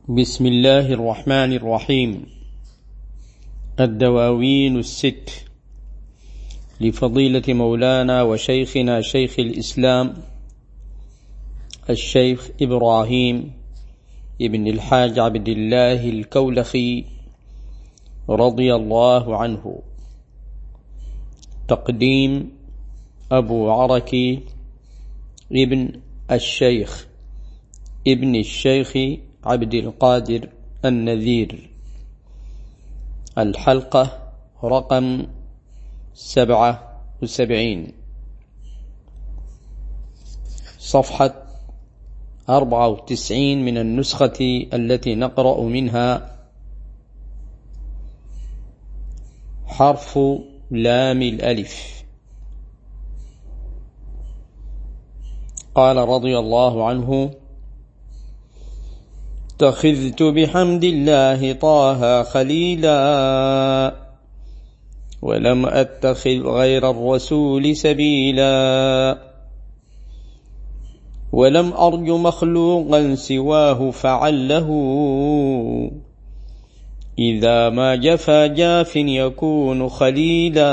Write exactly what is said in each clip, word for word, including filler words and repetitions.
بسم الله الرحمن الرحيم. الدواوين الست لفضيلة مولانا وشيخنا شيخ الإسلام الشيخ إبراهيم ابن الحاج عبد الله الكولخي رضي الله عنه. تقديم أبو عركي ابن الشيخ ابن الشيخ عبد القادر النذير. الحلقة رقم سبعة وسبعين، صفحة أربعة وتسعين من النسخة التي نقرأ منها. حرف لام الألف. قال رضي الله عنه: اتخذت بحمد الله طه خليلا ولم أتخذ غير الرسول سبيلا ولم أرج مخلوقا سواه فعله إذا ما جفا جاف يكون خليلا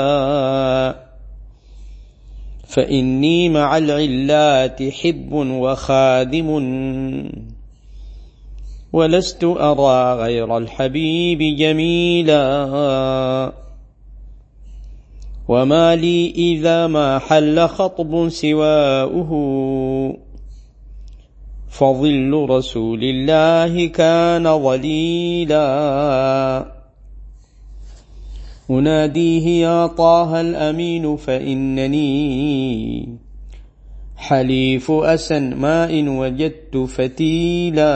فإني مع العلات حب وخادم ولست أرى غير الحبيب جميلا وما لي إذا ما حل خطب سواؤه فظل رسول الله كان ظليلا أناديه يا طه الأمين فإنني حليف أسى ما إن وجدت فتيلا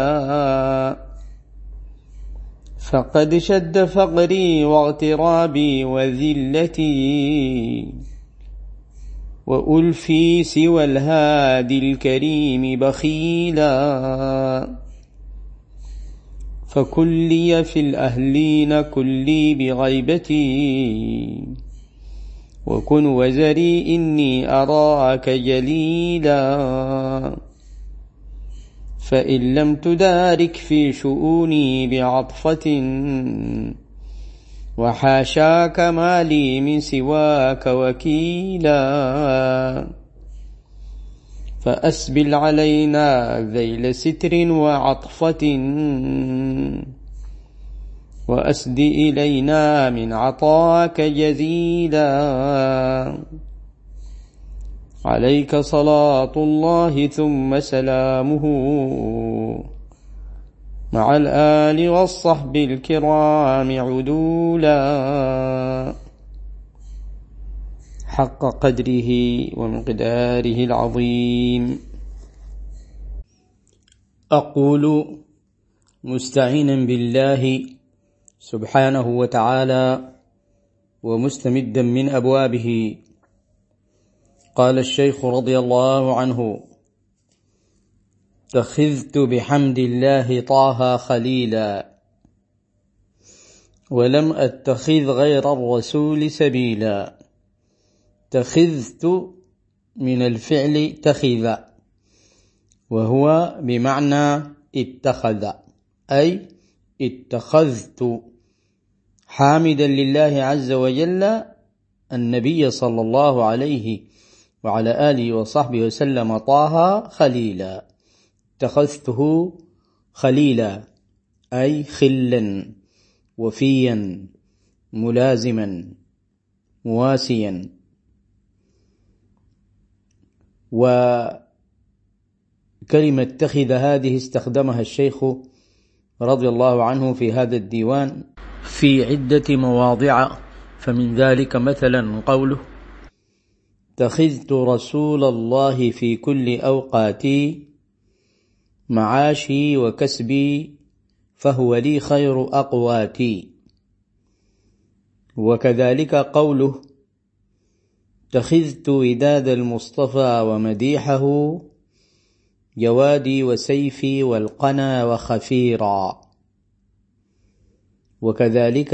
فقد شد فقري واغترابي وذلتي وألفي سوى الهادي الكريم بخيلا فكلي في الأهلين كلي بغيبتي وكن وزري إني أراك جليلا فإن لم تدارك في شؤوني بعطفة وحاشاك ما لي من سواك وكيلا فأسبل علينا ذيل ستر وعطفة وأسد إلينا من عطاك جزيلا عليك صلاة الله ثم سلامه مع الآل والصحب الكرام عدولا حق قدره ومقداره العظيم. أقول مستعينا بالله سبحانه وتعالى ومستمدا من أبوابه. قال الشيخ رضي الله عنه: اتخذت بحمد الله طه خليلا ولم أتخذ غير الرسول سبيلا. اتخذت من الفعل تخذ وهو بمعنى اتخذ، أي اتخذت حامدا لله عز وجل النبي صلى الله عليه وعلى آله وصحبه وسلم طه خليلا. اتخذته خليلا أي خلا وفيا ملازما مواسيا. وكلمة اتخذ هذه استخدمها الشيخ رضي الله عنه في هذا الديوان في عدة مواضع، فمن ذلك مثلا قوله: اتخذت رسول الله في كل أوقاتي معاشي وكسبي فهو لي خير أقواتي. وكذلك قوله: اتخذت وداد المصطفى ومديحه جوادي وسيفي والقنا وخفيرا. وكذلك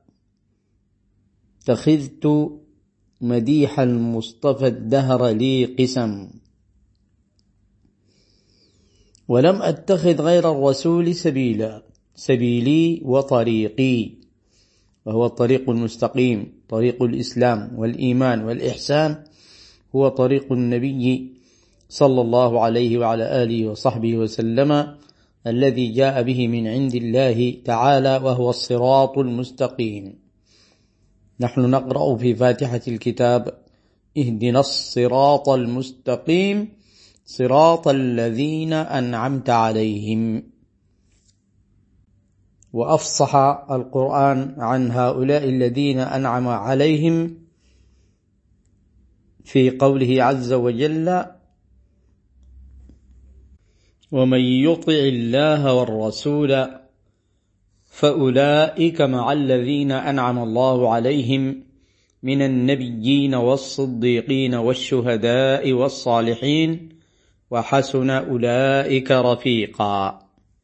اتخذت مديح المصطفى الدهر لي قسم. ولم أتخذ غير الرسول سبيلا، سبيلي وطريقي، وهو الطريق المستقيم، طريق الإسلام والإيمان والإحسان، هو طريق النبي صلى الله عليه وعلى آله وصحبه وسلم الذي جاء به من عند الله تعالى، وهو الصراط المستقيم. نحن نقرأ في فاتحة الكتاب: اهدنا الصراط المستقيم صراط الذين أنعمت عليهم. وأفصح القرآن عن هؤلاء الذين أنعم عليهم في قوله عز وجل: ومن يطع الله والرسول فأولئك مع الذين أنعم الله عليهم من النبيين والصديقين والشهداء والصالحين وحسن أولئك رفيقا.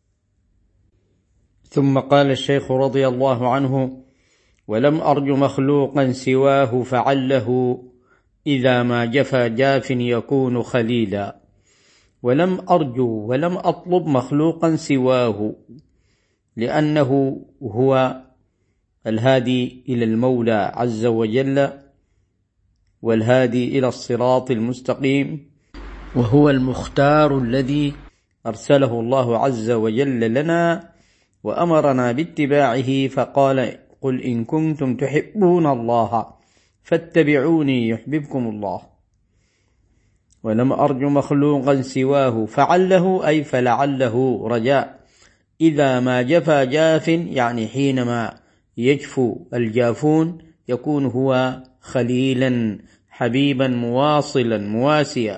ثم قال الشيخ رضي الله عنه: ولم أرج مخلوقا سواه فعله إذا ما جفا جاف يكون خليلا. ولم أرجو ولم أطلب مخلوقا سواه، لأنه هو الهادي إلى المولى عز وجل، والهادي إلى الصراط المستقيم، وهو المختار الذي أرسله الله عز وجل لنا وأمرنا باتباعه، فقال: قل إن كنتم تحبون الله فاتبعوني يحببكم الله. ولم أرج مخلوقا سواه فعله أي فلعله رجاء إذا ما جفا جاف، يعني حينما يجفو الجافون يكون هو خليلا حبيبا مواصلا مواسيا.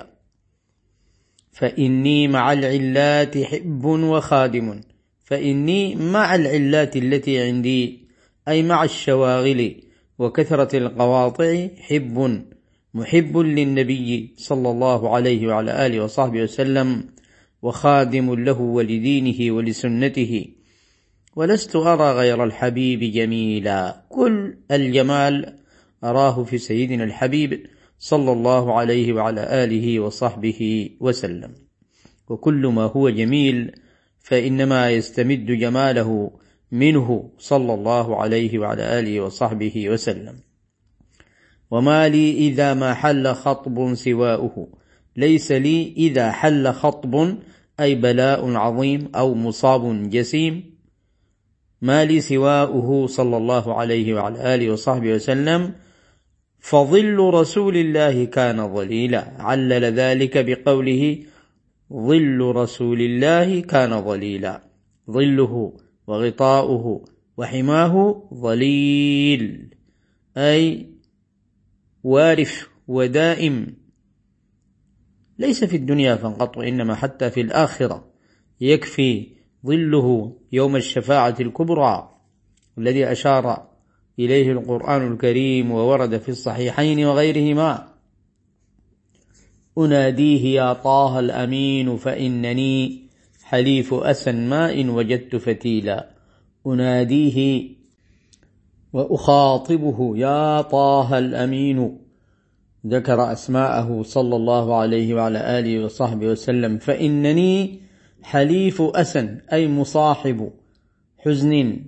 فإني مع العلات حب وخادم، فإني مع العلات التي عندي أي مع الشواغل وكثرة القواطع حب محب للنبي صلى الله عليه وعلى آله وصحبه وسلم، وخادم له ولدينه ولسنته، ولست أرى غير الحبيب جميلا. كل الجمال أراه في سيدنا الحبيب صلى الله عليه وعلى آله وصحبه وسلم. وكل ما هو جميل فإنما يستمد جماله منه صلى الله عليه وعلى آله وصحبه وسلم. وما لي إذا ما حل خطب سواؤه، ليس لي إذا حل خطب أي بلاء عظيم أو مصاب جسيم، ما لي سواؤه صلى الله عليه وعلى آله وصحبه وسلم. فظل رسول الله كان ظليلا، علل ذلك بقوله: ظل رسول الله كان ظليلا، ظله وغطاؤه وحماه ظليل، أي وارف ودائم، ليس في الدنيا فقط وإنما حتى في الآخرة يكفي ظله يوم الشفاعة الكبرى الذي أشار إليه القرآن الكريم وورد في الصحيحين وغيرهما: أناديه يا طه الأمين فإنني حليف أسى ما إن وجدت فتيلا. أناديه وأخاطبه يا طه الأمين، ذكر أسماءه صلى الله عليه وعلى آله وصحبه وسلم. فإنني حليف أسى أي مصاحب حزن،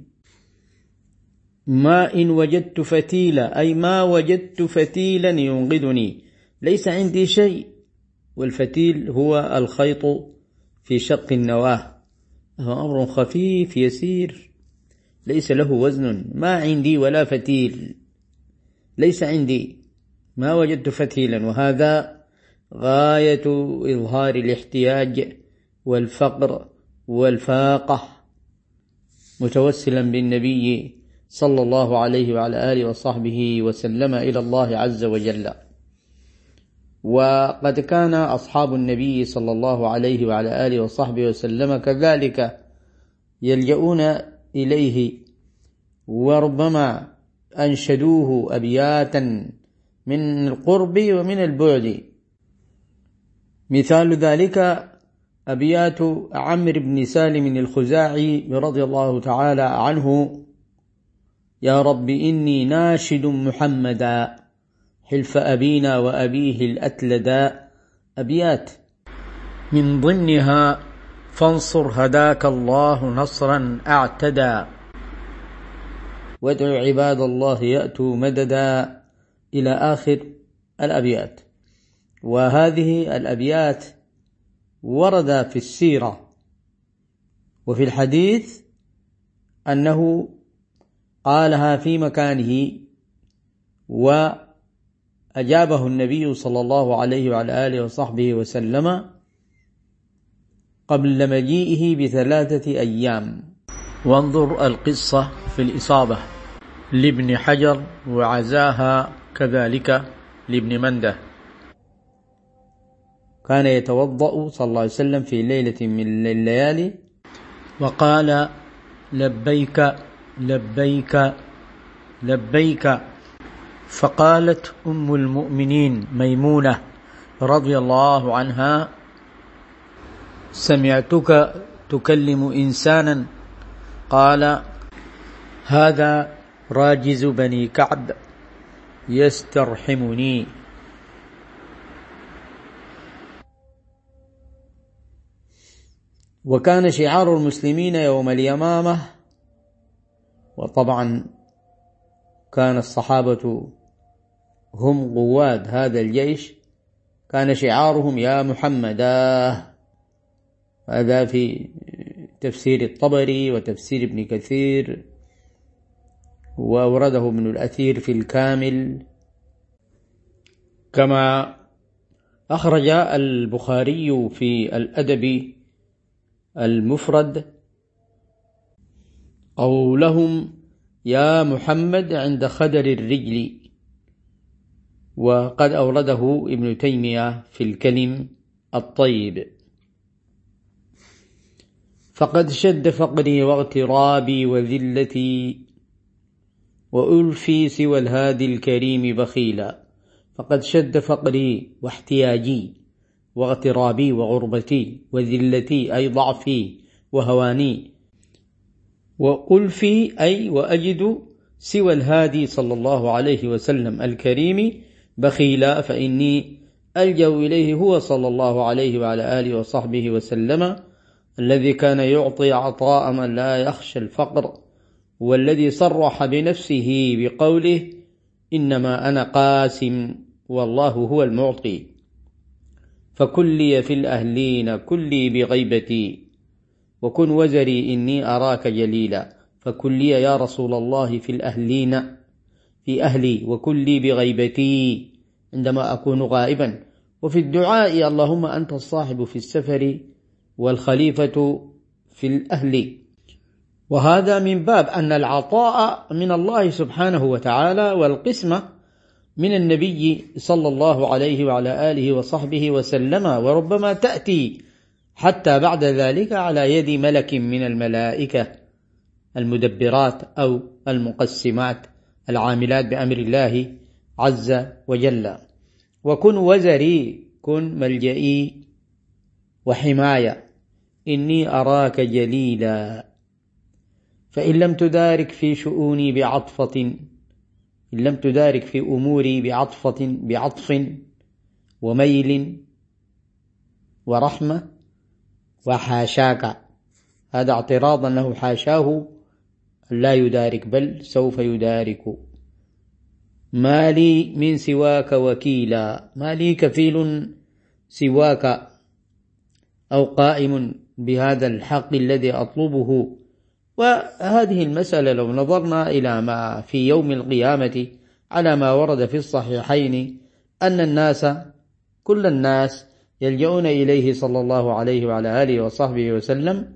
ما إن وجدت فتيلا أي ما وجدت فتيلا ينقذني، ليس عندي شيء. والفتيل هو الخيط في شق النواة، هو أمر خفيف يسير ليس له وزن. ما عندي ولا فتيل، ليس عندي، ما وجدت فتيلا. وهذا غاية إظهار الاحتياج والفقر والفاقة، متوسلا بالنبي صلى الله عليه وعلى آله وصحبه وسلم إلى الله عز وجل. وقد كان أصحاب النبي صلى الله عليه وعلى آله وصحبه وسلم كذلك يلجؤون إليه، وربما أنشدوه أبياتا من القرب ومن البعد. مثال ذلك أبيات عمرو بن سالم الخزاعي رضي الله تعالى عنه: يا رب إني ناشد محمدا حلف أبينا وأبيه الأتلدا. أبيات من ضمنها: فانصر هداك الله نصرا اعتدى، وادع عباد الله يأتوا مددا، إلى آخر الأبيات. وهذه الأبيات ورد في السيرة وفي الحديث أنه قالها في مكانه، وأجابه النبي صلى الله عليه وعلى آله وصحبه وسلم قبل مجيئه بثلاثة أيام. وانظر القصة في الإصابة لابن حجر، وعزاها كذلك لابن منده. كان يتوضأ صلى الله عليه وسلم في ليلة من الليالي وقال: لبيك لبيك لبيك. فقالت أم المؤمنين ميمونة رضي الله عنها: سمعتك تكلم إنسانا. قال: هذا راجز بني كعب يسترحمني. وكان شعار المسلمين يوم اليمامة، وطبعا كان الصحابة هم قواد هذا الجيش، كان شعارهم يا محمدا. هذا في تفسير الطبري وتفسير ابن كثير، وأورده ابن الأثير في الكامل، كما أخرج البخاري في الأدب المفرد قولهم يا محمد عند خدر الرجل، وقد أورده ابن تيمية في الكلم الطيب. فقد شد فقري واغترابي وذلتي، وألفي سوى الهادي الكريم بخيلا. فقد شد فقري واحتياجي واغترابي وغربتي وذلتي أي ضعفي وهواني، وألفي أي وأجد سوى الهادي صلى الله عليه وسلم الكريم بخيلا، فإني ألجأ إليه هو صلى الله عليه وعلى آله وصحبه وسلم، الذي كان يعطي عطاء من لا يخشى الفقر، والذي صرح بنفسه بقوله إنما أنا قاسم والله هو المعطي. فكلي في الأهلين كلي بغيبتي، وكن وزري إني أراك جليلا. فكلي يا رسول الله في الأهلين في أهلي، وكلي بغيبتي عندما أكون غائبا. وفي الدعاء اللهم أنت الصاحب في السفر والخليفة في الأهل. وهذا من باب أن العطاء من الله سبحانه وتعالى، والقسمة من النبي صلى الله عليه وعلى آله وصحبه وسلم، وربما تأتي حتى بعد ذلك على يد ملك من الملائكة المدبرات أو المقسمات العاملات بأمر الله عز وجل. وكن وزري، كن ملجئي وحماية، إني أراك جليلا. فإن لم تدارك في شؤوني بعطفة، إن لم تدارك في أموري بعطفة بعطف وميل ورحمة وحاشاك، هذا اعتراضا له، حاشاه لا يدارك بل سوف يدارك. ما لي من سواك وكيلا، ما لي كفيل سواك أو قائم بهذا الحق الذي أطلبه. وهذه المسألة لو نظرنا إلى ما في يوم القيامة على ما ورد في الصحيحين أن الناس كل الناس يلجؤون إليه صلى الله عليه وعلى آله وصحبه وسلم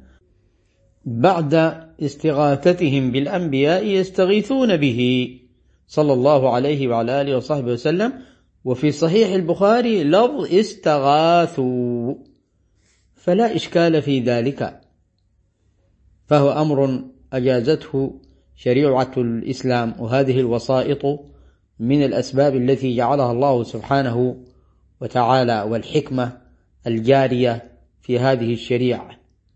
بعد استغاثتهم بالأنبياء، يستغيثون به صلى الله عليه وعلى آله وصحبه وسلم. وفي صحيح البخاري لفظ استغاثوا، فلا إشكال في ذلك، فهو أمر أجازته شريعة الإسلام. وهذه الوسائط من الأسباب التي جعلها الله سبحانه وتعالى، والحكمة الجارية في هذه الشريعة.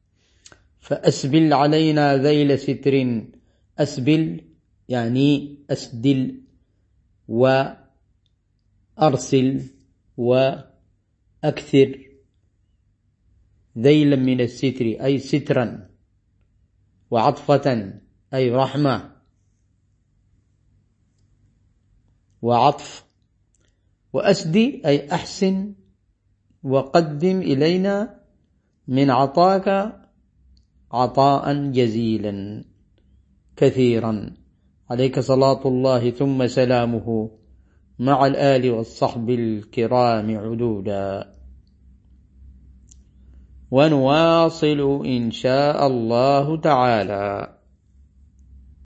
فأسبل علينا ذيل ستر، أسبل يعني أسدل وأرسل وأكثر ذيلا من الستر أي سترا، وعطفة أي رحمة وعطف، وأسدي أي أحسن وقدم إلينا من عطاك عطاء جزيلا كثيرا. عليك صلاة الله ثم سلامه مع الآل والصحب الكرام عدودا. ونواصل إن شاء الله تعالى.